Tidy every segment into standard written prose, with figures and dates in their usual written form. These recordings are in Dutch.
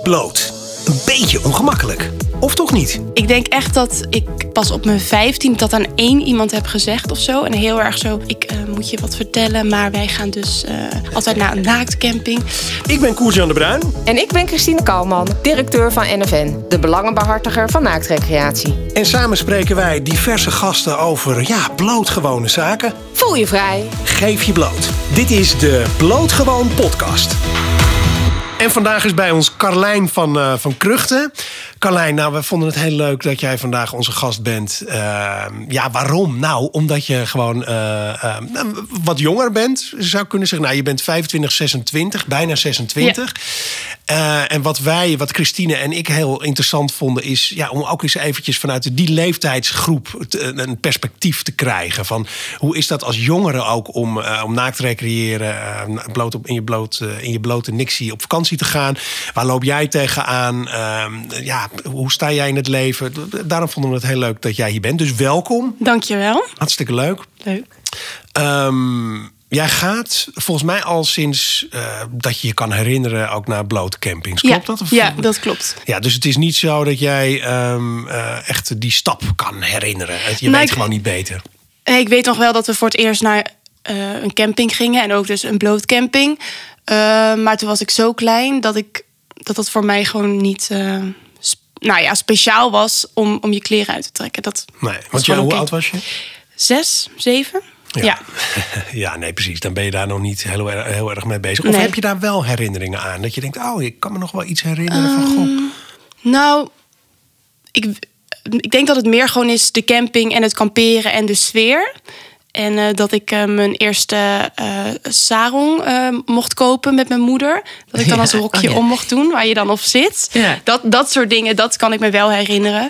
bloot. Een beetje ongemakkelijk. Of toch niet? Ik denk echt dat ik pas op mijn 15 dat aan één iemand heb gezegd of zo. En heel erg zo, ik moet je wat vertellen, maar wij gaan dus altijd naar een naaktcamping. Ik ben Koert-Jan de Bruin. En ik ben Christine Kalman, directeur van NFN, de belangenbehartiger van naaktrecreatie. En samen spreken wij diverse gasten over, blootgewone zaken. Voel je vrij. Geef je bloot. Dit is de Blootgewoon podcast. En vandaag is bij ons Carlijn van Kruchten. Carlijn, we vonden het heel leuk dat jij vandaag onze gast bent. Waarom? Nou, omdat je gewoon wat jonger bent. Je zou kunnen zeggen, je bent 25, 26, bijna 26. Ja. En wat Christine en ik heel interessant vonden is om ook eens eventjes vanuit die leeftijdsgroep een perspectief te krijgen. Van hoe is dat als jongere ook om naakt te recreëren, in je blote niksie op vakantie te gaan? Waar loop jij tegenaan? Hoe sta jij in het leven? Daarom vonden we het heel leuk dat jij hier bent. Dus welkom. Dankjewel. Hartstikke leuk. Leuk. Jij gaat volgens mij al sinds dat je je kan herinneren ook naar blote campings. Klopt dat? Ja, dat klopt. Ja, dus het is niet zo dat jij echt die stap kan herinneren. Je weet gewoon niet beter. Ik weet nog wel dat we voor het eerst naar een camping gingen. En ook dus een blootcamping. Maar toen was ik zo klein dat voor mij gewoon niet speciaal was om je kleren uit te trekken. Want hoe oud was je? 6, 7. Ja. Ja, nee, precies. Dan ben je daar nog niet heel erg mee bezig. Of heb je daar wel herinneringen aan? Dat je denkt, ik kan me nog wel iets herinneren van goh. Nou, ik denk dat het meer gewoon is de camping en het kamperen en de sfeer. En dat ik mijn eerste sarong mocht kopen met mijn moeder. Dat ik dan als rokje om mocht doen, waar je dan op zit. Ja. Dat soort dingen, dat kan ik me wel herinneren.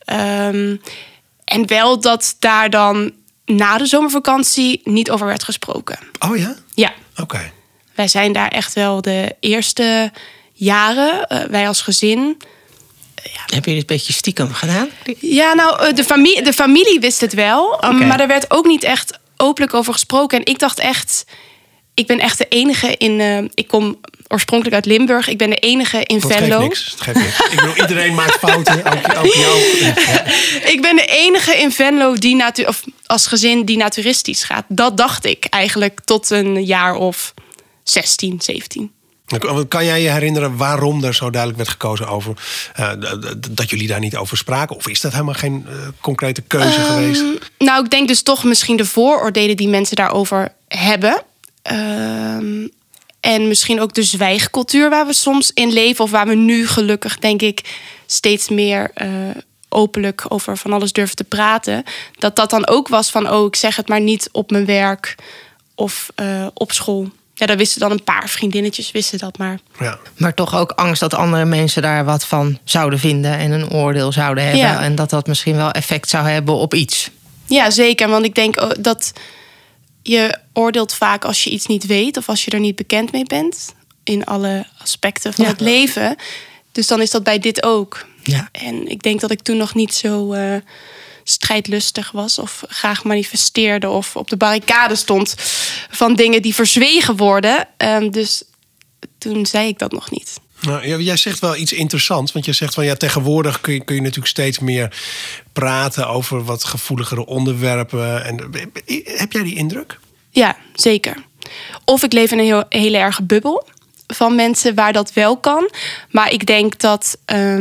En wel dat daar dan na de zomervakantie niet over werd gesproken. Oh ja? Ja. Oké. Wij zijn daar echt wel de eerste jaren, wij als gezin. Heb je dit een beetje stiekem gedaan? Ja, nou, de familie wist het wel. Okay. Maar er werd ook niet echt openlijk over gesproken. En ik dacht echt, ik ben echt de enige in... ik kom oorspronkelijk uit Limburg. Ik ben de enige in Venlo. Het geeft niks. Ik bedoel, iedereen maakt fouten. Ook jou. Ik ben de enige in Venlo of als gezin die naturistisch gaat. Dat dacht ik eigenlijk tot een jaar of 16, 17. Kan jij je herinneren waarom er zo duidelijk werd gekozen over dat jullie daar niet over spraken? Of is dat helemaal geen concrete keuze geweest? Nou, ik denk dus toch misschien de vooroordelen die mensen daarover hebben. En misschien ook de zwijgcultuur waar we soms in leven. Of waar we nu gelukkig, denk ik, steeds meer openlijk over van alles durven te praten. Dat dan ook was van, ik zeg het maar niet op mijn werk of op school. Ja, daar wisten dan een paar vriendinnetjes, wisten dat maar. Ja. Maar toch ook angst dat andere mensen daar wat van zouden vinden en een oordeel zouden hebben. Ja. En dat misschien wel effect zou hebben op iets. Ja, zeker. Want ik denk dat je oordeelt vaak als je iets niet weet of als je er niet bekend mee bent. In alle aspecten van het leven. Dus dan is dat bij dit ook. Ja. En ik denk dat ik toen nog niet zo strijdlustig was of graag manifesteerde of op de barricade stond van dingen die verzwegen worden. Dus toen zei ik dat nog niet. Nou, jij zegt wel iets interessants, want je zegt van tegenwoordig kun je natuurlijk steeds meer praten over wat gevoeligere onderwerpen. En heb jij die indruk? Ja, zeker. Of ik leef in een hele erge bubbel van mensen waar dat wel kan. Maar ik denk dat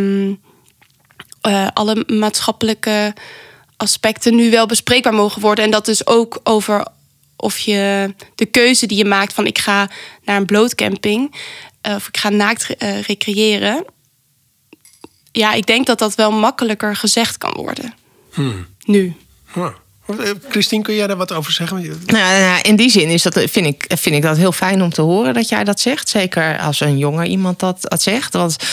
alle maatschappelijke aspecten nu wel bespreekbaar mogen worden. En dat dus ook over of je de keuze die je maakt van ik ga naar een blootcamping of ik ga naakt recreëren. Ja, ik denk dat dat wel makkelijker gezegd kan worden. Nu. Christine, kun jij daar wat over zeggen? Nou, in die zin vind ik dat heel fijn om te horen dat jij dat zegt. Zeker als een jonger iemand dat zegt. Want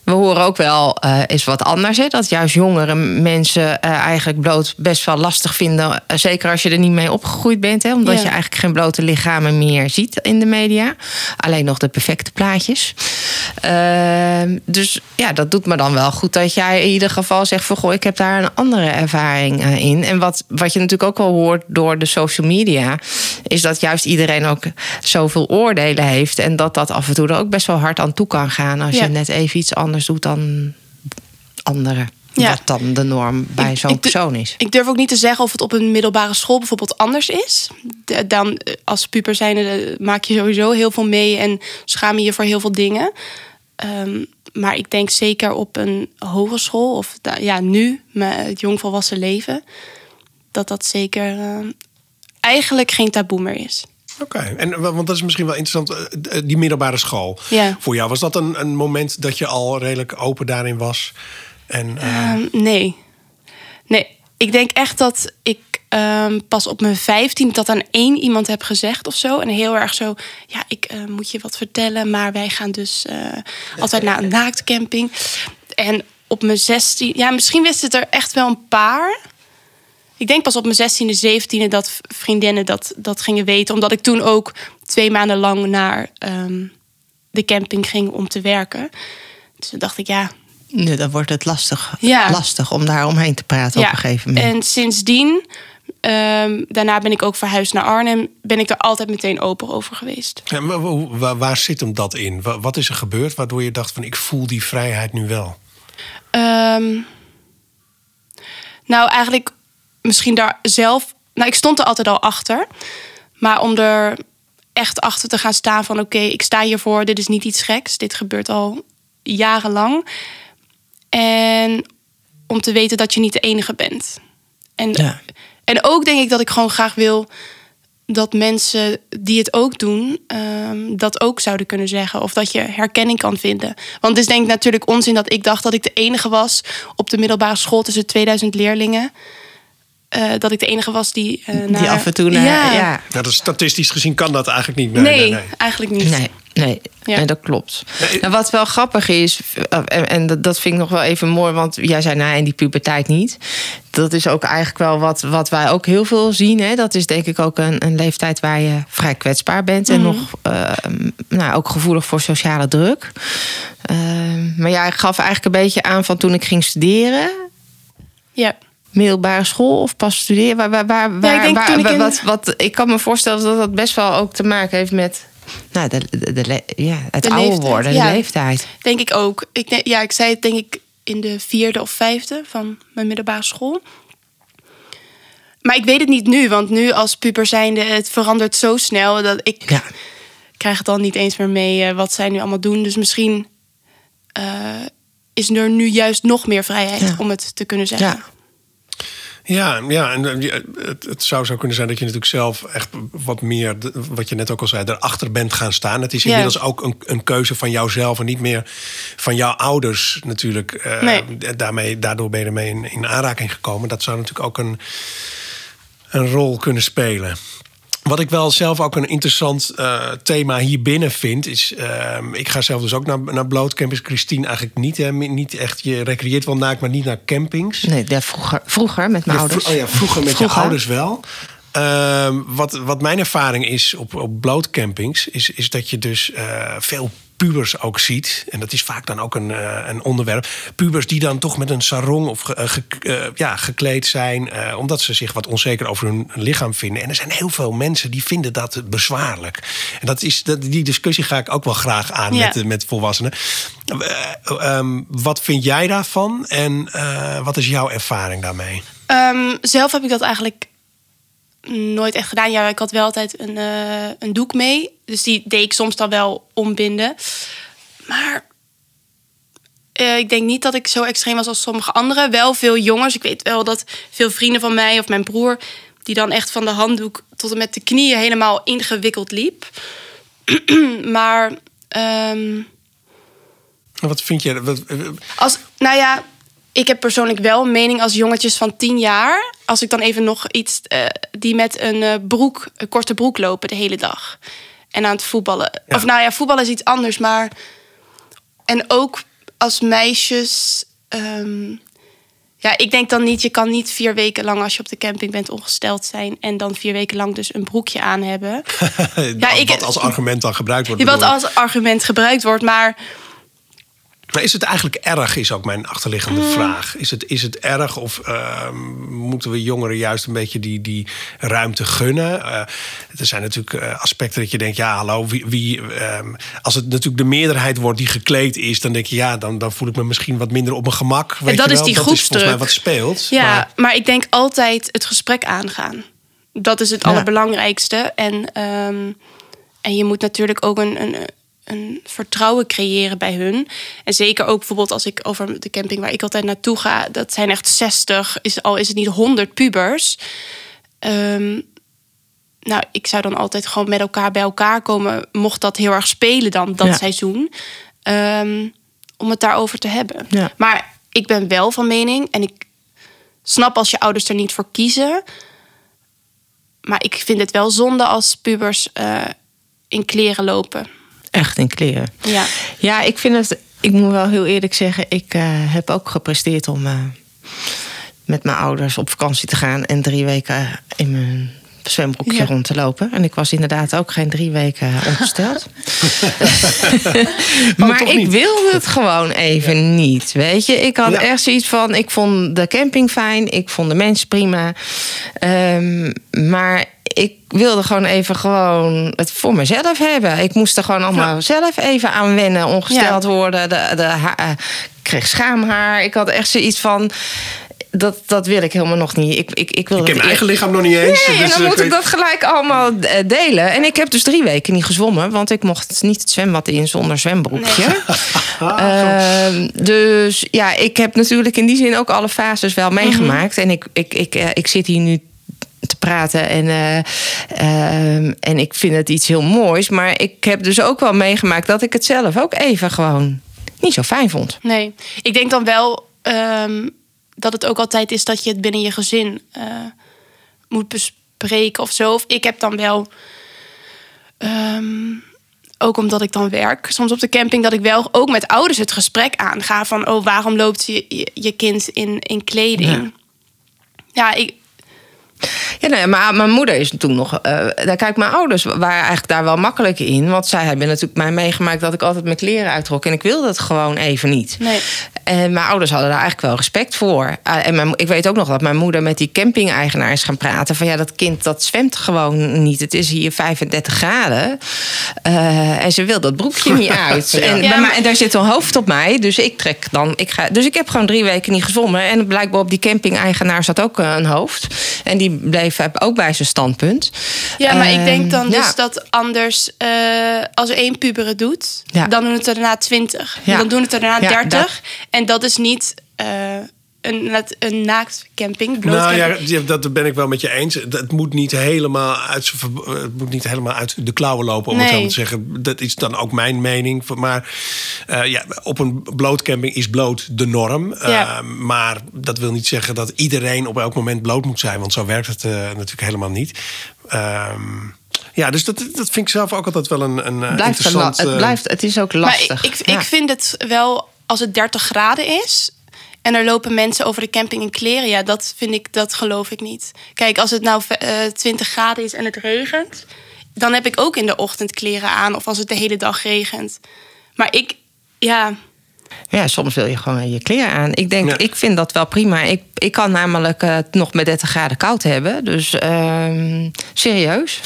we horen ook wel is wat anders. Hè? Dat juist jongere mensen eigenlijk bloot best wel lastig vinden. Zeker als je er niet mee opgegroeid bent. Hè? Omdat je eigenlijk geen blote lichamen meer ziet in de media. Alleen nog de perfecte plaatjes. Dus ja, dat doet me dan wel goed dat jij in ieder geval zegt van, goh, ik heb daar een andere ervaring in. En wat je natuurlijk ook wel hoort door de social media, is dat juist iedereen ook zoveel oordelen heeft. En dat af en toe er ook best wel hard aan toe kan gaan als je net even iets anders doet dan anderen. Ja. Wat dan de norm bij zo'n persoon is. Ik durf ook niet te zeggen of het op een middelbare school bijvoorbeeld anders is. Dan als puber zijnde maak je sowieso heel veel mee en schaam je voor heel veel dingen. Maar ik denk zeker op een hogeschool of nu, het jongvolwassen leven, dat zeker eigenlijk geen taboe meer is. Oké, want dat is misschien wel interessant, die middelbare school. Ja. Voor jou, was dat een moment dat je al redelijk open daarin was? Nee, ik denk echt dat ik pas op mijn 15 dat aan één iemand heb gezegd of zo. En heel erg zo, ik moet je wat vertellen, maar wij gaan dus altijd naar een naaktcamping. En op mijn 16, misschien wist het er echt wel een paar. Ik denk pas op mijn 16e, 17e dat vriendinnen dat gingen weten. Omdat ik toen ook 2 maanden lang naar de camping ging om te werken. Dus toen dacht ik, nee, dan wordt het lastig om daar omheen te praten op een gegeven moment. En sindsdien, daarna ben ik ook verhuisd naar Arnhem, ben ik er altijd meteen open over geweest. Ja, maar waar zit hem dat in? Wat is er gebeurd waardoor je dacht van, ik voel die vrijheid nu wel? Nou, eigenlijk misschien daar zelf. Nou, ik stond er altijd al achter. Maar om er echt achter te gaan staan van, oké, ik sta hiervoor, dit is niet iets geks. Dit gebeurt al jarenlang. En om te weten dat je niet de enige bent. En ook denk ik dat ik gewoon graag wil dat mensen die het ook doen, dat ook zouden kunnen zeggen. Of dat je herkenning kan vinden. Want het is denk ik natuurlijk onzin dat ik dacht dat ik de enige was op de middelbare school tussen 2000 leerlingen. Dat ik de enige was die die af en toe naar... Ja, dat statistisch gezien kan dat eigenlijk niet. Nee, eigenlijk niet. Nee, dat klopt. Nou, wat wel grappig is, en dat vind ik nog wel even mooi, want jij zei, in die puberteit niet. Dat is ook eigenlijk wel wat wij ook heel veel zien. Hè? Dat is denk ik ook een leeftijd waar je vrij kwetsbaar bent en nog ook gevoelig voor sociale druk. Maar jij gaf eigenlijk een beetje aan van toen ik ging studeren. Ja. Middelbare school of pas studeren? Ik kan me voorstellen dat dat best wel ook te maken heeft met het ouder worden, de leeftijd. Denk ik ook. Ik zei het denk ik in de 4e of 5e van mijn middelbare school. Maar ik weet het niet nu, want nu als puber zijnde, het verandert zo snel dat ik krijg het dan niet eens meer mee wat zij nu allemaal doen. Dus misschien is er nu juist nog meer vrijheid om het te kunnen zeggen. Ja, en het zou zo kunnen zijn dat je natuurlijk zelf echt wat meer, wat je net ook al zei, erachter bent gaan staan. Het is inmiddels ook een keuze van jouzelf en niet meer van jouw ouders natuurlijk. Daardoor ben je ermee in aanraking gekomen. Dat zou natuurlijk ook een rol kunnen spelen. Wat ik wel zelf ook een interessant thema hier binnen vind, is, ik ga zelf dus ook naar blootcampings. Christine eigenlijk niet, hè, niet echt. Je recreëert wel naakt, maar niet naar campings. Nee, vroeger met mijn ouders. Vroeger met je ouders wel. Wat mijn ervaring is op blootcampings, is dat je dus veel pubers ook ziet. En dat is vaak dan ook een onderwerp. Pubers die dan toch met een sarong of gekleed zijn, omdat ze zich wat onzeker over hun lichaam vinden. En er zijn heel veel mensen die vinden dat bezwaarlijk. En die discussie ga ik ook wel graag aan met volwassenen. Wat vind jij daarvan? En wat is jouw ervaring daarmee? Zelf heb ik dat eigenlijk nooit echt gedaan. Ja, ik had wel altijd een doek mee. Dus die deed ik soms dan wel ombinden. Maar ik denk niet dat ik zo extreem was als sommige anderen. Wel veel jongens. Ik weet wel dat veel vrienden van mij of mijn broer, die dan echt van de handdoek tot en met de knieën helemaal ingewikkeld liep. Maar wat vind je? Ik heb persoonlijk wel een mening als jongetjes van 10 jaar. Als ik dan even nog iets die met een korte broek lopen de hele dag. En aan het voetballen. Ja. Of voetballen is iets anders, maar. En ook als meisjes... ik denk dan niet... Je kan niet 4 weken lang als je op de camping bent ongesteld zijn... en dan 4 weken lang dus een broekje aan hebben. Wat als argument dan gebruikt wordt. Wat als argument gebruikt wordt, maar is het eigenlijk erg, is ook mijn achterliggende vraag. Is het erg of moeten we jongeren juist een beetje die ruimte gunnen? Er zijn natuurlijk aspecten dat je denkt... ja, hallo, als het natuurlijk de meerderheid wordt die gekleed is... dan denk je, ja, dan voel ik me misschien wat minder op mijn gemak. En dat is die groepsdruk. Dat is volgens mij wat speelt. Ja, maar ik denk altijd het gesprek aangaan. Dat is het allerbelangrijkste. En je moet natuurlijk ook een vertrouwen creëren bij hun. En zeker ook bijvoorbeeld als ik over de camping waar ik altijd naartoe ga... dat zijn echt 60, al is het niet 100 pubers. Ik zou dan altijd gewoon met elkaar bij elkaar komen... mocht dat heel erg spelen dan, dat seizoen. Om het daarover te hebben. Ja. Maar ik ben wel van mening... en ik snap als je ouders er niet voor kiezen... maar ik vind het wel zonde als pubers in kleren lopen... Echt in kleren. Ja, ik vind het... Ik moet wel heel eerlijk zeggen... ik heb ook gepresteerd om met mijn ouders op vakantie te gaan... en 3 weken in mijn zwembroekje rond te lopen. En ik was inderdaad ook geen 3 weken ongesteld. Maar ik wilde het gewoon even niet, weet je. Ik had echt zoiets van... Ik vond de camping fijn. Ik vond de mensen prima. Maar... ik wilde gewoon even het voor mezelf hebben. Ik moest er gewoon allemaal zelf even aan wennen. Ongesteld worden. Ik kreeg schaamhaar. Ik had echt zoiets van... Dat wil ik helemaal nog niet. Ik wil ken mijn eigen lichaam nog niet eens. Nee, dus dan moet ik dat gelijk allemaal delen. En ik heb dus 3 weken niet gezwommen. Want ik mocht niet het zwembad in zonder zwembroekje. Nee. Dus ja, ik heb natuurlijk in die zin ook alle fases wel meegemaakt. En ik zit hier nu te praten en ik vind het iets heel moois. Maar ik heb dus ook wel meegemaakt dat ik het zelf ook even gewoon niet zo fijn vond. Nee, ik denk dan wel dat het ook altijd is dat je het binnen je gezin moet bespreken of zo. Of ik heb dan wel, ook omdat ik dan werk, soms op de camping, dat ik wel ook met ouders het gesprek aanga van, waarom loopt je kind in kleding? Ja, maar mijn moeder is toen nog... Kijk, mijn ouders waren eigenlijk daar wel makkelijk in. Want zij hebben natuurlijk mij meegemaakt dat ik altijd mijn kleren uittrok. En ik wilde het gewoon even niet. Nee. En mijn ouders hadden daar eigenlijk wel respect voor. Ik weet ook nog dat mijn moeder met die camping-eigenaar is gaan praten. Van dat kind dat zwemt gewoon niet. Het is hier 35 graden. En ze wil dat broekje niet uit. En daar zit een hoofd op mij. Dus dus ik heb gewoon 3 weken niet gezwommen. En blijkbaar op die camping-eigenaar zat ook een hoofd. En die bleef ook bij zijn standpunt. Ja, maar ik denk dan dus dat anders... als er 1 puber het doet, dan doen het er daarna 20. Ja. Dan doen het er daarna 30. En dat is niet een naaktcamping. Dat ben ik wel met je eens. Het moet niet helemaal uit de klauwen lopen, om het zo te zeggen. Dat is dan ook mijn mening. Maar op een blootcamping is bloot de norm. Ja. Maar dat wil niet zeggen dat iedereen op elk moment bloot moet zijn. Want zo werkt het natuurlijk helemaal niet. Dus dat vind ik zelf ook altijd wel een interessant... Het is ook lastig. Maar ik vind het wel, als het 30 graden is... en er lopen mensen over de camping in kleren... dat geloof ik niet. Kijk, als het nou 20 graden is en het regent... dan heb ik ook in de ochtend kleren aan... of als het de hele dag regent. Maar Ja, soms wil je gewoon je kleren aan. Ik vind dat wel prima. Ik kan namelijk het nog met 30 graden koud hebben. Dus serieus.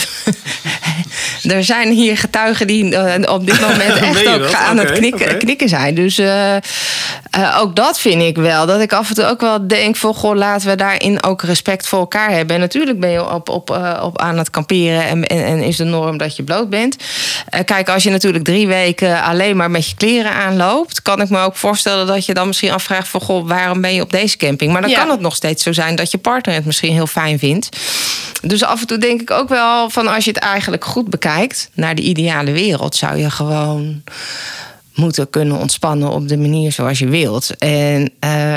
Er zijn hier getuigen die op dit moment echt ook aan het knikken zijn. Dus ook dat vind ik wel. Dat ik af en toe ook wel denk van... goh, laten we daarin ook respect voor elkaar hebben. En natuurlijk ben je op aan het kamperen... en is de norm dat je bloot bent. Kijk, als je natuurlijk 3 weken alleen maar met je kleren aanloopt... kan ik me ook voorstellen dat je dan misschien afvraagt van... goh, waarom ben je op deze camping? Maar dan kan het nog steeds zo zijn dat je partner het misschien heel fijn vindt. Dus af en toe denk ik ook wel van... als je het eigenlijk goed bekijkt, naar de ideale wereld... zou je gewoon moeten kunnen ontspannen op de manier zoals je wilt. En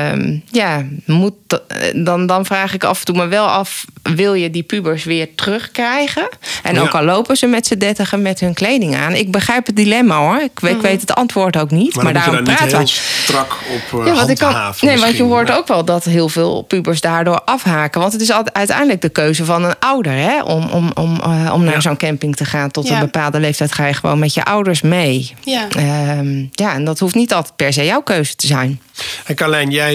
dan vraag ik af en toe me wel af, wil je die pubers weer terugkrijgen? En ook al lopen ze met z'n 30 met hun kleding aan. Ik begrijp het dilemma hoor. Ik weet het antwoord ook niet. Maar daarom praten we. Niet heel strak op handhaven. Want je hoort ook wel dat heel veel pubers daardoor afhaken. Want het is uiteindelijk de keuze van een ouder, hè, om naar zo'n camping te gaan. Tot een bepaalde leeftijd ga je gewoon met je ouders mee. Ja. En dat hoeft niet altijd per se jouw keuze te zijn. En Carlijn, jij...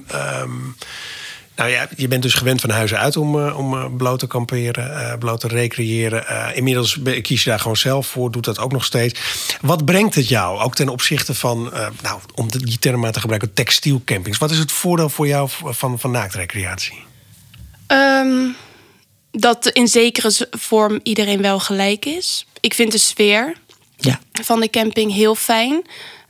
je bent dus gewend van huis uit om bloot te kamperen, bloot te recreëren. Inmiddels kies je daar gewoon zelf voor, doet dat ook nog steeds. Wat brengt het jou, ook ten opzichte van, om die term maar te gebruiken, textielcampings? Wat is het voordeel voor jou van naaktrecreatie? Dat in zekere vorm iedereen wel gelijk is. Ik vind de sfeer van de camping heel fijn.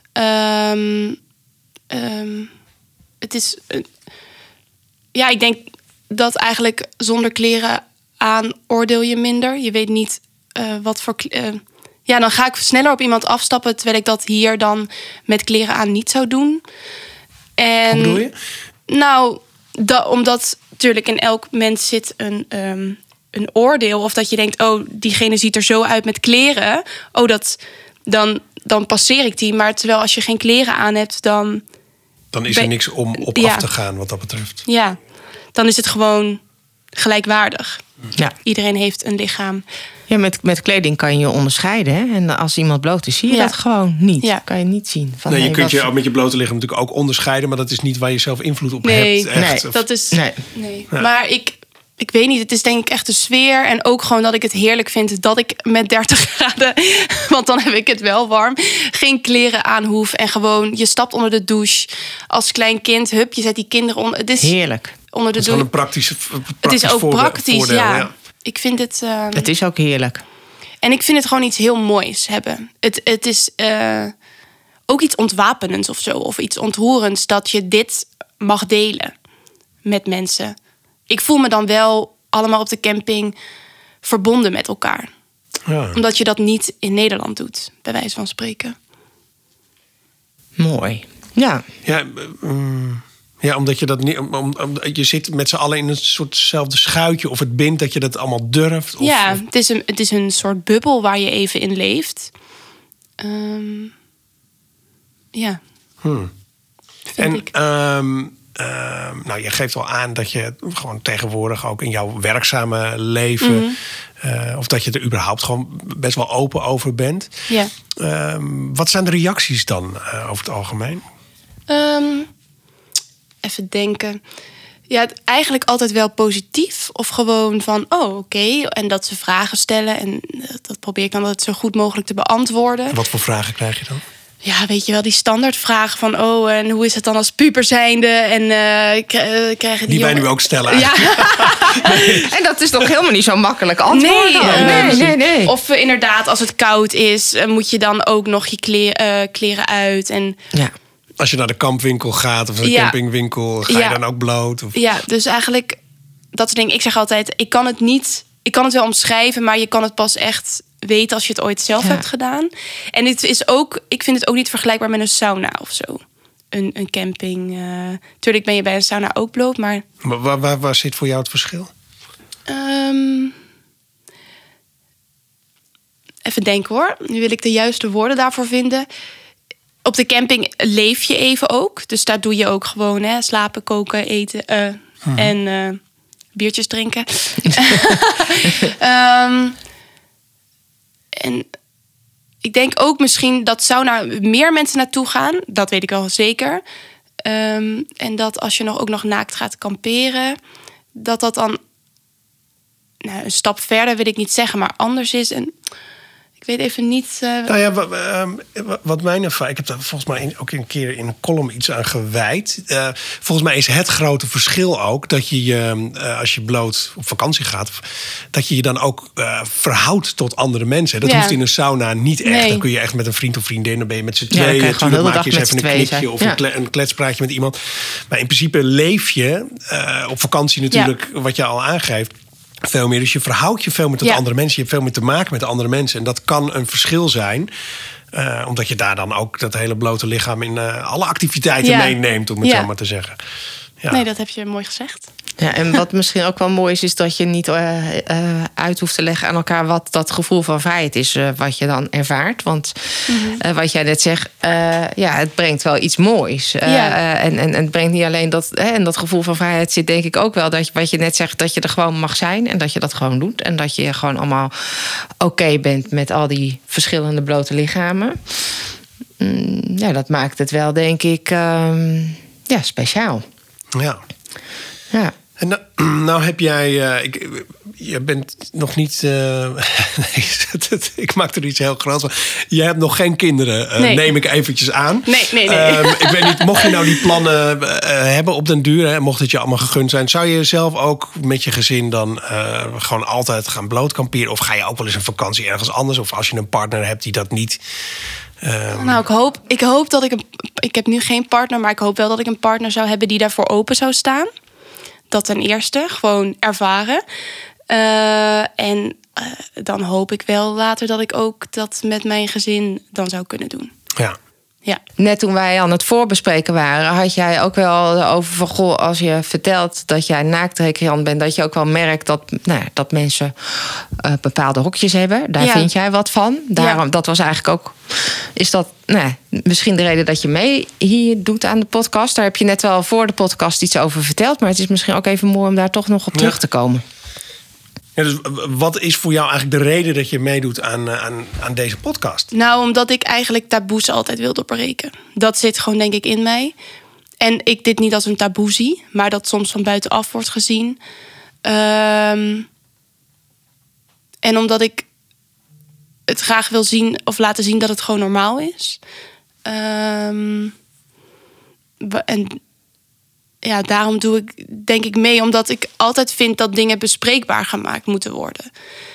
Het is... ik denk dat eigenlijk zonder kleren aan oordeel je minder. Je weet niet wat voor... dan ga ik sneller op iemand afstappen, terwijl ik dat hier dan met kleren aan niet zou doen. En, hoe bedoel je? Nou, omdat natuurlijk in elk mens zit een oordeel. Of dat je denkt, oh, diegene ziet er zo uit met kleren. Oh, dan passeer ik die. Maar terwijl als je geen kleren aan hebt, dan is er niks om op af te gaan wat dat betreft. Ja, dan is het gewoon gelijkwaardig. Ja. Iedereen heeft een lichaam. Ja, met kleding kan je onderscheiden. Hè? En als iemand bloot is, zie je dat gewoon niet. Ja. Kan je niet zien. Je kunt je met je blote lichaam natuurlijk ook onderscheiden. Maar dat is niet waar je zelf invloed op hebt. Echt. Nee, dat is... Nee. Ja. Maar ik weet niet, het is denk ik echt de sfeer. En ook gewoon dat ik het heerlijk vind dat ik met 30 graden... want dan heb ik het wel warm. Geen kleren aan hoef. En gewoon, je stapt onder de douche. Als klein kind, je zet die kinderen onder. Het is heerlijk. Onder de douche. Het is gewoon een praktisch het is ook praktisch, voordeel, ja. Ik vind het... het is ook heerlijk. En ik vind het gewoon iets heel moois hebben. Het is ook iets ontwapenends of zo. Of iets ontroerends dat je dit mag delen met mensen. Ik voel me dan wel allemaal op de camping verbonden met elkaar. Ja. Omdat je dat niet in Nederland doet, bij wijze van spreken. Mooi. Ja. Ja, omdat je dat niet... je zit met z'n allen in een soortzelfde schuitje. Of het bindt dat je dat allemaal durft. Ja, het is een soort bubbel waar je even in leeft. Ja. Je geeft al aan dat je gewoon tegenwoordig ook in jouw werkzame leven... of dat je er überhaupt gewoon best wel open over bent. Ja. Wat zijn de reacties dan over het algemeen? Even denken. Ja, eigenlijk altijd wel positief. Of gewoon van, oké. En dat ze vragen stellen. En dat probeer ik dan altijd zo goed mogelijk te beantwoorden. En wat voor vragen krijg je dan? Ja, weet je wel, die standaardvragen van... en hoe is het dan als puber zijnde? En krijgen die wij nu ook stellen. Ja. En dat is toch helemaal niet zo makkelijk antwoorden? Nee. Of inderdaad, als het koud is... moet je dan ook nog je kleren uit. En... Ja. Als je naar de kampwinkel gaat of naar de campingwinkel... ga je dan ook bloot? Of... Ja, dus eigenlijk dat soort dingen. Ik zeg altijd, ik kan het wel omschrijven... maar je kan het pas echt weten als je het ooit zelf hebt gedaan. En het is ook, ik vind het ook niet vergelijkbaar met een sauna of zo. Een camping. Tuurlijk ben je bij een sauna ook bloot, maar... Waar zit voor jou het verschil? Even denken hoor. Nu wil ik de juiste woorden daarvoor vinden... Op de camping leef je even ook. Dus daar doe je ook gewoon slapen, koken, eten en biertjes drinken. En ik denk ook misschien dat sauna meer mensen naartoe gaan. Dat weet ik al zeker. En dat als je ook nog naakt gaat kamperen... dat dan een stap verder, wil ik niet zeggen, maar anders is... En ik weet even niet... Wat mijn ervaring... Ik heb daar volgens mij ook een keer in een column iets aan gewijd. Volgens mij is het grote verschil ook... dat je als je bloot op vakantie gaat... dat je je dan ook verhoudt tot andere mensen. Dat hoeft in een sauna niet echt. Nee. Dan kun je echt met een vriend of vriendin... dan ben je met z'n tweeën. Natuurlijk maak je eens even een knikje of een kletspraatje met iemand. Maar in principe leef je op vakantie natuurlijk... wat je al aangeeft... veel meer. Dus je verhoudt je veel meer tot andere mensen. Je hebt veel meer te maken met andere mensen. En dat kan een verschil zijn. Omdat je daar dan ook dat hele blote lichaam in alle activiteiten meeneemt, om het zo maar te zeggen. Ja. Nee, dat heb je mooi gezegd. Ja, en wat misschien ook wel mooi is dat je niet uit hoeft te leggen aan elkaar wat dat gevoel van vrijheid is, wat je dan ervaart. Want wat jij net zegt, het brengt wel iets moois. En het brengt niet alleen dat, en dat gevoel van vrijheid zit denk ik ook wel dat wat je net zegt, dat je er gewoon mag zijn en dat je dat gewoon doet. En dat je gewoon allemaal oké bent met al die verschillende blote lichamen. Dat maakt het wel, denk ik, speciaal. Ja. Ja. En nou heb jij... je bent nog niet... ik maak er iets heel groots van. Je hebt nog geen kinderen, neem ik eventjes aan. Nee. Ik weet niet, mocht je nou die plannen hebben op den duur... Hè, mocht het je allemaal gegund zijn... zou je zelf ook met je gezin dan gewoon altijd gaan blootkamperen? Of ga je ook wel eens een vakantie ergens anders? Of als je een partner hebt die dat niet... Ik hoop dat ik heb nu geen partner, maar ik hoop wel dat ik een partner zou hebben die daarvoor open zou staan. Dat ten eerste, gewoon ervaren. Dan hoop ik wel later dat ik ook dat met mijn gezin dan zou kunnen doen. Ja. Net toen wij aan het voorbespreken waren, had jij ook wel over van goh, als je vertelt dat jij naaktrecreant bent, dat je ook wel merkt dat mensen bepaalde hokjes hebben. Daar vind jij wat van. Daarom, dat was eigenlijk ook. Is dat misschien de reden dat je mee hier doet aan de podcast? Daar heb je net wel voor de podcast iets over verteld, maar het is misschien ook even mooi om daar toch nog op terug te komen. Ja, dus wat is voor jou eigenlijk de reden dat je meedoet aan deze podcast? Nou, omdat ik eigenlijk taboes altijd wil doorbreken. Dat zit gewoon denk ik in mij. En ik dit niet als een taboe zie, maar dat soms van buitenaf wordt gezien. En omdat ik het graag wil zien of laten zien dat het gewoon normaal is. Daarom doe ik denk ik mee, omdat ik altijd vind dat dingen bespreekbaar gemaakt moeten worden.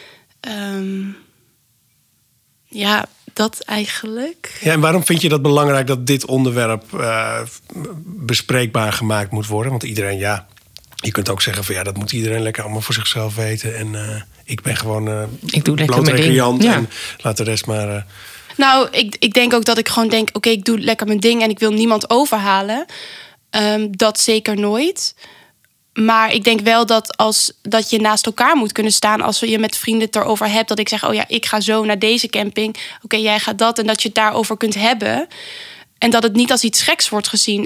Dat eigenlijk. Ja, en waarom vind je dat belangrijk dat dit onderwerp bespreekbaar gemaakt moet worden? Want iedereen, je kunt ook zeggen van dat moet iedereen lekker allemaal voor zichzelf weten. En ik ben gewoon ik doe lekker mijn ding. En laat de rest maar... Nou, ik denk ook dat ik gewoon denk, oké, ik doe lekker mijn ding en ik wil niemand overhalen. Dat zeker nooit. Maar ik denk wel dat je naast elkaar moet kunnen staan als je met vrienden het erover hebt. Dat ik zeg, ik ga zo naar deze camping. Oké, jij gaat dat. En dat je het daarover kunt hebben. En dat het niet als iets geks wordt gezien.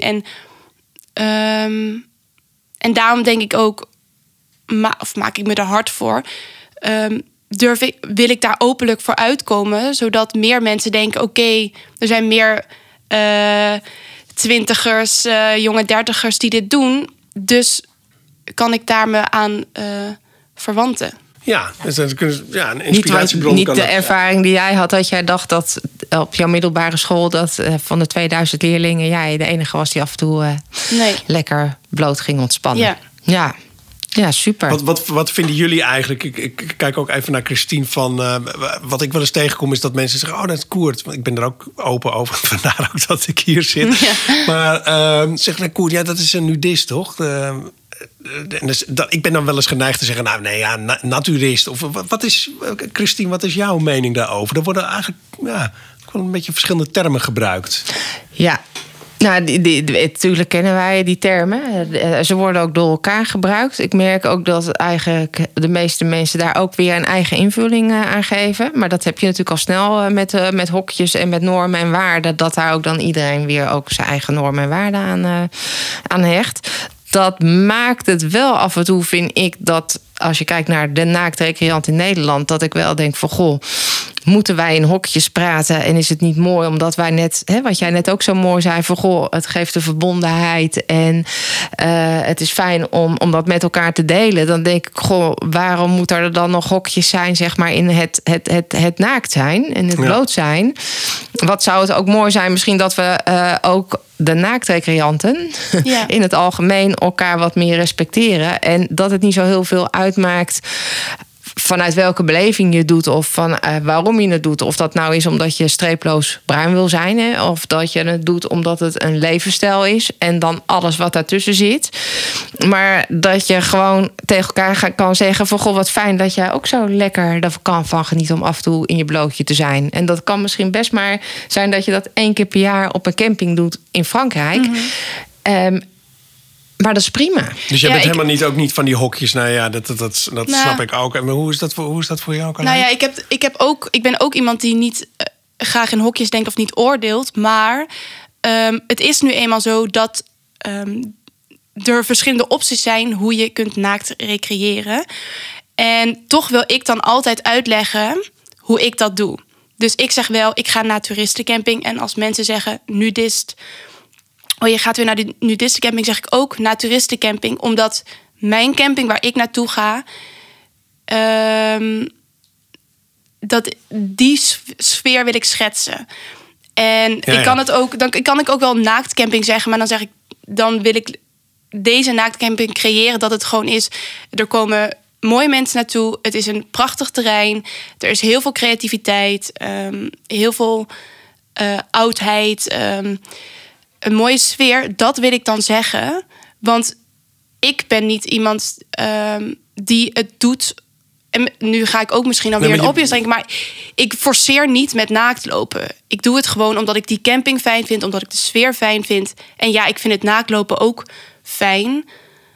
En daarom denk ik ook, maak ik me er hard voor. Wil ik daar openlijk voor uitkomen. Zodat meer mensen denken, oké, er zijn meer... 20ers, jonge 30ers die dit doen. Dus kan ik daar me aan verwanten. Ja, dus een inspiratiebron. Niet de ervaring die jij had, dat jij dacht dat op jouw middelbare school... dat van de 2000 leerlingen jij de enige was die af en toe lekker bloot ging ontspannen. Ja, super. Wat vinden jullie eigenlijk? Ik kijk ook even naar Christine van... wat ik wel eens tegenkom is dat mensen zeggen... dat is Koert. Ik ben er ook open over. Vandaar ook dat ik hier zit. Ja. Maar zeg Koert, dat is een nudist, toch? Ik ben dan wel eens geneigd te zeggen... naturist. Of Christine, wat is jouw mening daarover? Er worden eigenlijk gewoon een beetje verschillende termen gebruikt. Ja. Nou, natuurlijk kennen wij die termen. Ze worden ook door elkaar gebruikt. Ik merk ook dat eigenlijk de meeste mensen daar ook weer een eigen invulling aan geven. Maar dat heb je natuurlijk al snel met hokjes en met normen en waarden. Dat daar ook dan iedereen weer ook zijn eigen normen en waarden aan hecht. Dat maakt het wel af en toe, vind ik, dat als je kijkt naar de naaktrecreant in Nederland, dat ik wel denk van goh, moeten wij in hokjes praten? En is het niet mooi omdat wij net, wat jij net ook zo mooi zei, van goh, het geeft de verbondenheid en het is fijn om dat met elkaar te delen. Dan denk ik, goh, waarom moet er dan nog hokjes zijn, zeg maar, in het naakt zijn en het bloot zijn? Wat zou het ook mooi zijn, misschien dat we ook de naaktrecreanten in het algemeen elkaar wat meer respecteren. En dat het niet zo heel veel uitmaakt vanuit welke beleving je het doet of van waarom je het doet. Of dat nou is omdat je streeploos bruin wil zijn. Hè, of dat je het doet omdat het een levensstijl is. En dan alles wat daartussen zit. Maar dat je gewoon tegen elkaar kan zeggen van goh, wat fijn dat jij ook zo lekker daar kan van genieten om af en toe in je blootje te zijn. En dat kan misschien best maar zijn dat je dat 1 keer per jaar op een camping doet in Frankrijk. Maar dat is prima. Dus jij bent helemaal niet van die hokjes. Nou ja, dat snap ik ook. En hoe is dat voor jou, Carlijn? Nou ja, ik ben ook iemand die niet graag in hokjes denkt of niet oordeelt. Maar het is nu eenmaal zo dat er verschillende opties zijn hoe je kunt naakt recreëren. En toch wil ik dan altijd uitleggen hoe ik dat doe. Dus ik zeg wel, ik ga naar toeristencamping. En als mensen zeggen nudist, je gaat weer naar de nudistencamping, zeg ik ook naar toeristencamping. Omdat mijn camping waar ik naartoe ga, die sfeer wil ik schetsen. En ik kan ook wel naaktcamping zeggen, maar dan wil ik deze naaktcamping creëren dat het gewoon is. Er komen mooie mensen naartoe. Het is een prachtig terrein. Er is heel veel creativiteit, heel veel oudheid. Een mooie sfeer, dat wil ik dan zeggen. Want ik ben niet iemand die het doet. En nu ga ik ook misschien alweer een obvious denken. Maar ik forceer niet met naakt lopen. Ik doe het gewoon omdat ik die camping fijn vind. Omdat ik de sfeer fijn vind. En ja, ik vind het naaktlopen ook fijn.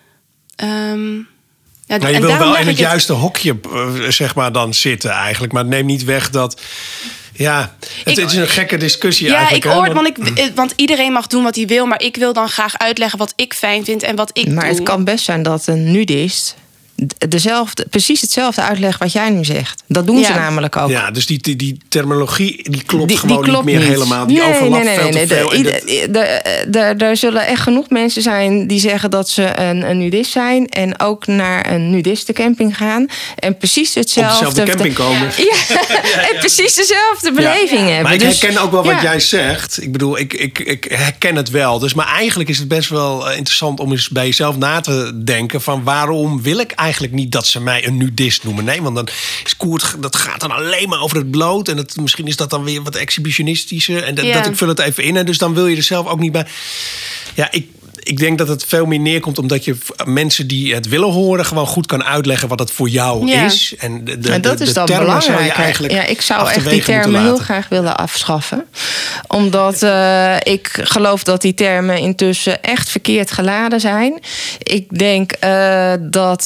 Maar je wil wel in het juiste hokje zeg maar dan zitten eigenlijk. Maar neem niet weg dat... Ja, het is een gekke discussie eigenlijk. Ja, want iedereen mag doen wat hij wil. Maar ik wil dan graag uitleggen wat ik fijn vind en wat ik doe. Maar het kan best zijn dat een nudist precies hetzelfde uitlegt wat jij nu zegt. Dat doen ze namelijk ook. Ja, dus die terminologie die klopt gewoon niet meer helemaal. Die overlapt veel te veel. Er zullen echt genoeg mensen zijn die zeggen dat ze een nudist zijn en ook naar een nudistencamping gaan en precies hetzelfde op dezelfde camping komen. En precies dezelfde beleving hebben. Maar ik herken ook wel wat jij zegt. Ik bedoel, ik herken het wel. Dus maar eigenlijk is het best wel interessant om eens bij jezelf na te denken van waarom wil ik eigenlijk niet dat ze mij een nudist noemen. Nee, want dan is koert, dat gaat dan alleen maar over het bloot. En misschien is dat dan weer wat exhibitionistischer. En ik vul het even in. En dus dan wil je er zelf ook niet bij. Ja, ik denk dat het veel meer neerkomt omdat je mensen die het willen horen gewoon goed kan uitleggen wat het voor jou is. En dat is dan belangrijk. Ik zou echt die termen heel graag willen afschaffen. Omdat ik geloof dat die termen intussen echt verkeerd geladen zijn. Ik denk dat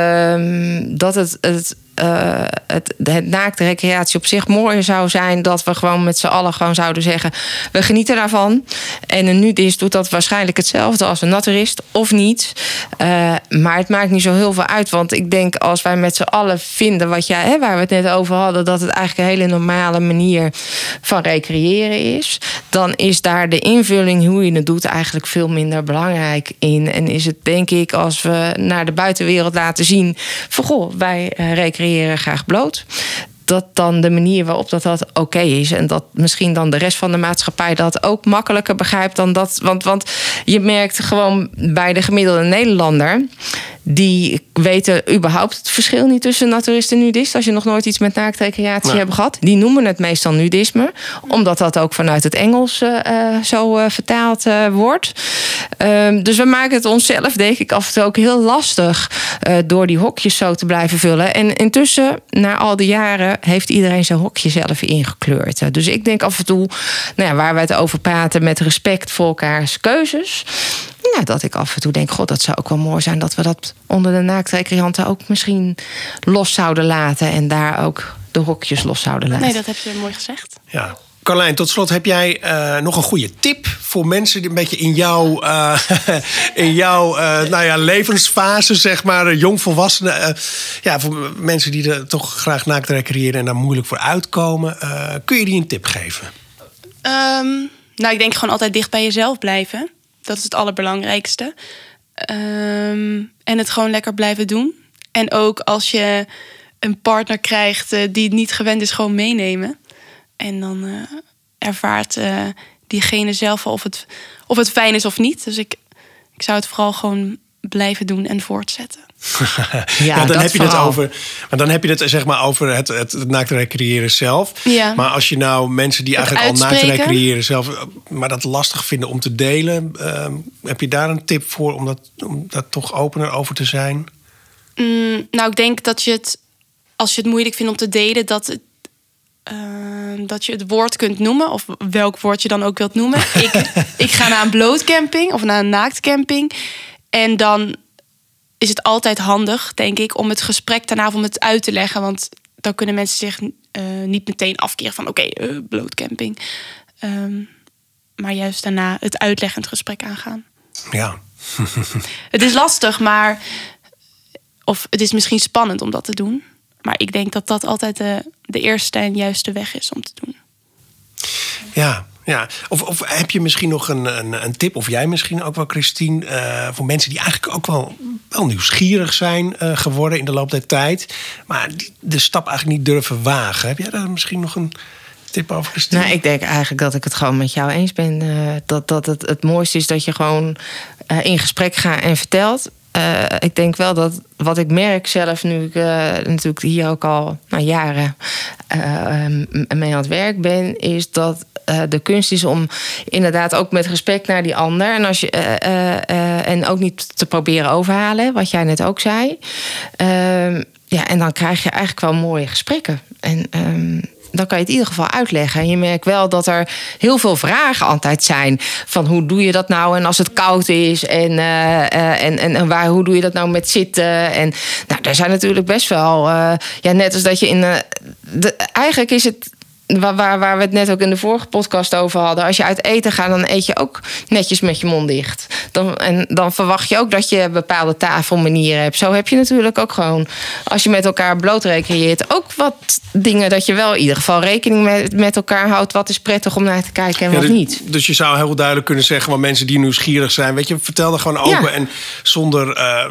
het naakte recreatie op zich mooier zou zijn dat we gewoon met z'n allen gewoon zouden zeggen we genieten daarvan. En een nudist doet dat waarschijnlijk hetzelfde als een naturist of niet. Maar het maakt niet zo heel veel uit. Want ik denk als wij met z'n allen vinden waar we het net over hadden, dat het eigenlijk een hele normale manier van recreëren is, dan is daar de invulling hoe je het doet eigenlijk veel minder belangrijk in. En is het denk ik als we naar de buitenwereld laten zien van goh, wij recreëren graag bloot. Dat dan de manier waarop dat oké is. En dat misschien dan de rest van de maatschappij dat ook makkelijker begrijpt dan dat. Want je merkt gewoon bij de gemiddelde Nederlander, die weten überhaupt het verschil niet tussen naturist en nudist. Als je nog nooit iets met naaktrecreatie hebt gehad. Die noemen het meestal nudisme. Omdat dat ook vanuit het Engels zo vertaald wordt. Dus we maken het onszelf, denk ik, af en toe ook heel lastig door die hokjes zo te blijven vullen. En intussen, na al die jaren, heeft iedereen zijn hokje zelf ingekleurd. Dus ik denk af en toe, waar we het over praten met respect voor elkaars keuzes. Dat ik af en toe denk, god, dat zou ook wel mooi zijn dat we dat onder de naaktrecreanten ook misschien los zouden laten. En daar ook de hokjes los zouden laten. Nee, dat heb je mooi gezegd. Ja. Carlijn, tot slot, heb jij nog een goede tip voor mensen die een beetje in jouw levensfase, zeg maar, jongvolwassenen, voor mensen die er toch graag naakt recreëren en daar moeilijk voor uitkomen, kun je die een tip geven? Ik denk gewoon altijd dicht bij jezelf blijven. Dat is het allerbelangrijkste. En het gewoon lekker blijven doen. En ook als je een partner krijgt die het niet gewend is, gewoon meenemen. En dan ervaart diegene zelf of het fijn is of niet. Dus ik zou het vooral gewoon blijven doen en voortzetten. Dan heb je het over. Maar dan heb je het zeg maar over het naakt recreëren zelf. Ja. Maar als je nou mensen die Het eigenlijk al naakt uitspreken. recreëren zelf, maar dat lastig vinden om te delen, heb je daar een tip voor om dat toch opener over te zijn? Nou, ik denk dat als je het moeilijk vindt om te delen, dat je het woord kunt noemen, of welk woord je dan ook wilt noemen. Ik ga naar een blootcamping of naar een naaktcamping. En dan is het altijd handig, denk ik, om het gesprek daarna om het uit te leggen. Want dan kunnen mensen zich niet meteen afkeren van blootcamping. Maar juist daarna het uitleggend gesprek aangaan. Ja. Het is lastig, maar of het is misschien spannend om dat te doen. Maar ik denk dat dat altijd de eerste en juiste weg is om te doen. Ja. Of heb je misschien nog een tip, of jij misschien ook wel, Christine, voor mensen die eigenlijk ook wel nieuwsgierig zijn geworden in de loop der tijd, maar de stap eigenlijk niet durven wagen. Heb jij daar misschien nog een tip over, Christine? Nou, ik denk eigenlijk dat ik het gewoon met jou eens ben. Dat het mooiste is dat je gewoon in gesprek gaat en vertelt. Ik denk wel dat wat ik merk zelf, nu ik natuurlijk hier ook al jaren mee aan het werk ben, is dat de kunst is om inderdaad ook met respect naar die ander en ook niet te proberen overhalen, wat jij net ook zei. En dan krijg je eigenlijk wel mooie gesprekken. En dan kan je het in ieder geval uitleggen. En je merkt wel dat er heel veel vragen altijd zijn. Van hoe doe je dat nou? En als het koud is. En hoe doe je dat nou met zitten? En daar zijn natuurlijk best wel. Net als dat je eigenlijk is het. Waar we het net ook in de vorige podcast over hadden. Als je uit eten gaat, dan eet je ook netjes met je mond dicht. Dan verwacht je ook dat je bepaalde tafelmanieren hebt. Zo heb je natuurlijk ook gewoon, als je met elkaar bloot recreëert, ook wat dingen dat je wel in ieder geval rekening met elkaar houdt. Wat is prettig om naar te kijken en wat niet. Dus je zou heel duidelijk kunnen zeggen, maar mensen die nieuwsgierig zijn, weet je, vertel er gewoon open en zonder.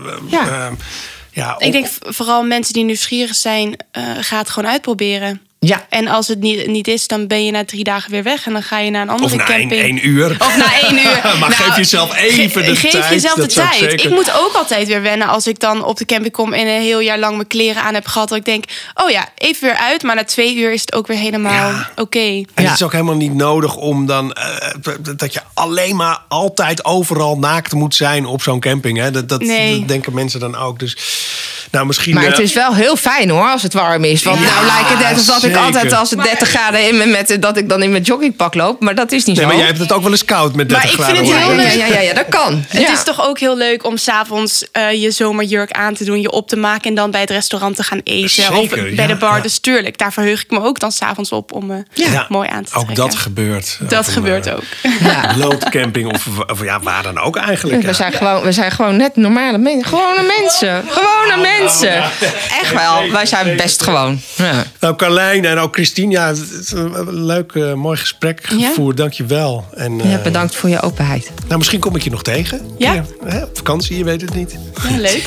Ik denk vooral mensen die nieuwsgierig zijn, ga het gewoon uitproberen. Ja. En als het niet is, dan ben je na 3 dagen weer weg. En dan ga je naar een andere camping. Of na 1 uur. Of na 1 uur. Maar geef jezelf even de tijd. Geef jezelf de tijd. Zeker. Ik moet ook altijd weer wennen als ik dan op de camping kom en een heel jaar lang mijn kleren aan heb gehad. Dat ik denk, even weer uit. Maar na 2 uur is het ook weer helemaal oké. En het is ook helemaal niet nodig om dan dat je alleen maar altijd overal naakt moet zijn op zo'n camping. Hè? Dat denken mensen dan ook. Dus misschien. Maar het is wel heel fijn hoor, als het warm is. Want lijkt het net alsof ik altijd als het 30 graden dat ik dan in mijn joggingpak loop. Maar dat is niet zo. Maar jij hebt het ook wel eens koud met 30 graden. Maar ik vind het heel leuk. Ja, dat kan. Het is toch ook heel leuk om 's avonds je zomerjurk aan te doen, je op te maken en dan bij het restaurant te gaan eten. Zeker, of bij de bar. Dus tuurlijk, daar verheug ik me ook dan 's avonds op om me mooi aan te trekken. Ook dat gebeurt. Dat gebeurt ook. Blootcamping of waar dan ook eigenlijk. We zijn gewoon net normale mensen. Gewone mensen. Echt wel. Wij zijn best gewoon. Ja. Nou, Carlijn en ook Christine, het is een leuk, mooi gesprek gevoerd. Dank je wel. En, bedankt voor je openheid. Misschien kom ik je nog tegen. Ja. Op vakantie, je weet het niet. Ja, leuk.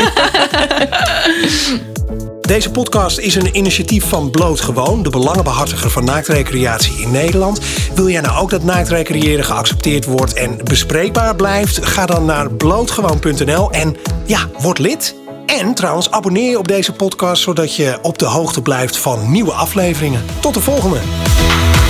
Deze podcast is een initiatief van Blootgewoon, de belangenbehartiger van naaktrecreatie in Nederland. Wil jij nou ook dat naaktrecreëren geaccepteerd wordt en bespreekbaar blijft? Ga dan naar blootgewoon.nl en word lid. En trouwens, abonneer je op deze podcast, zodat je op de hoogte blijft van nieuwe afleveringen. Tot de volgende!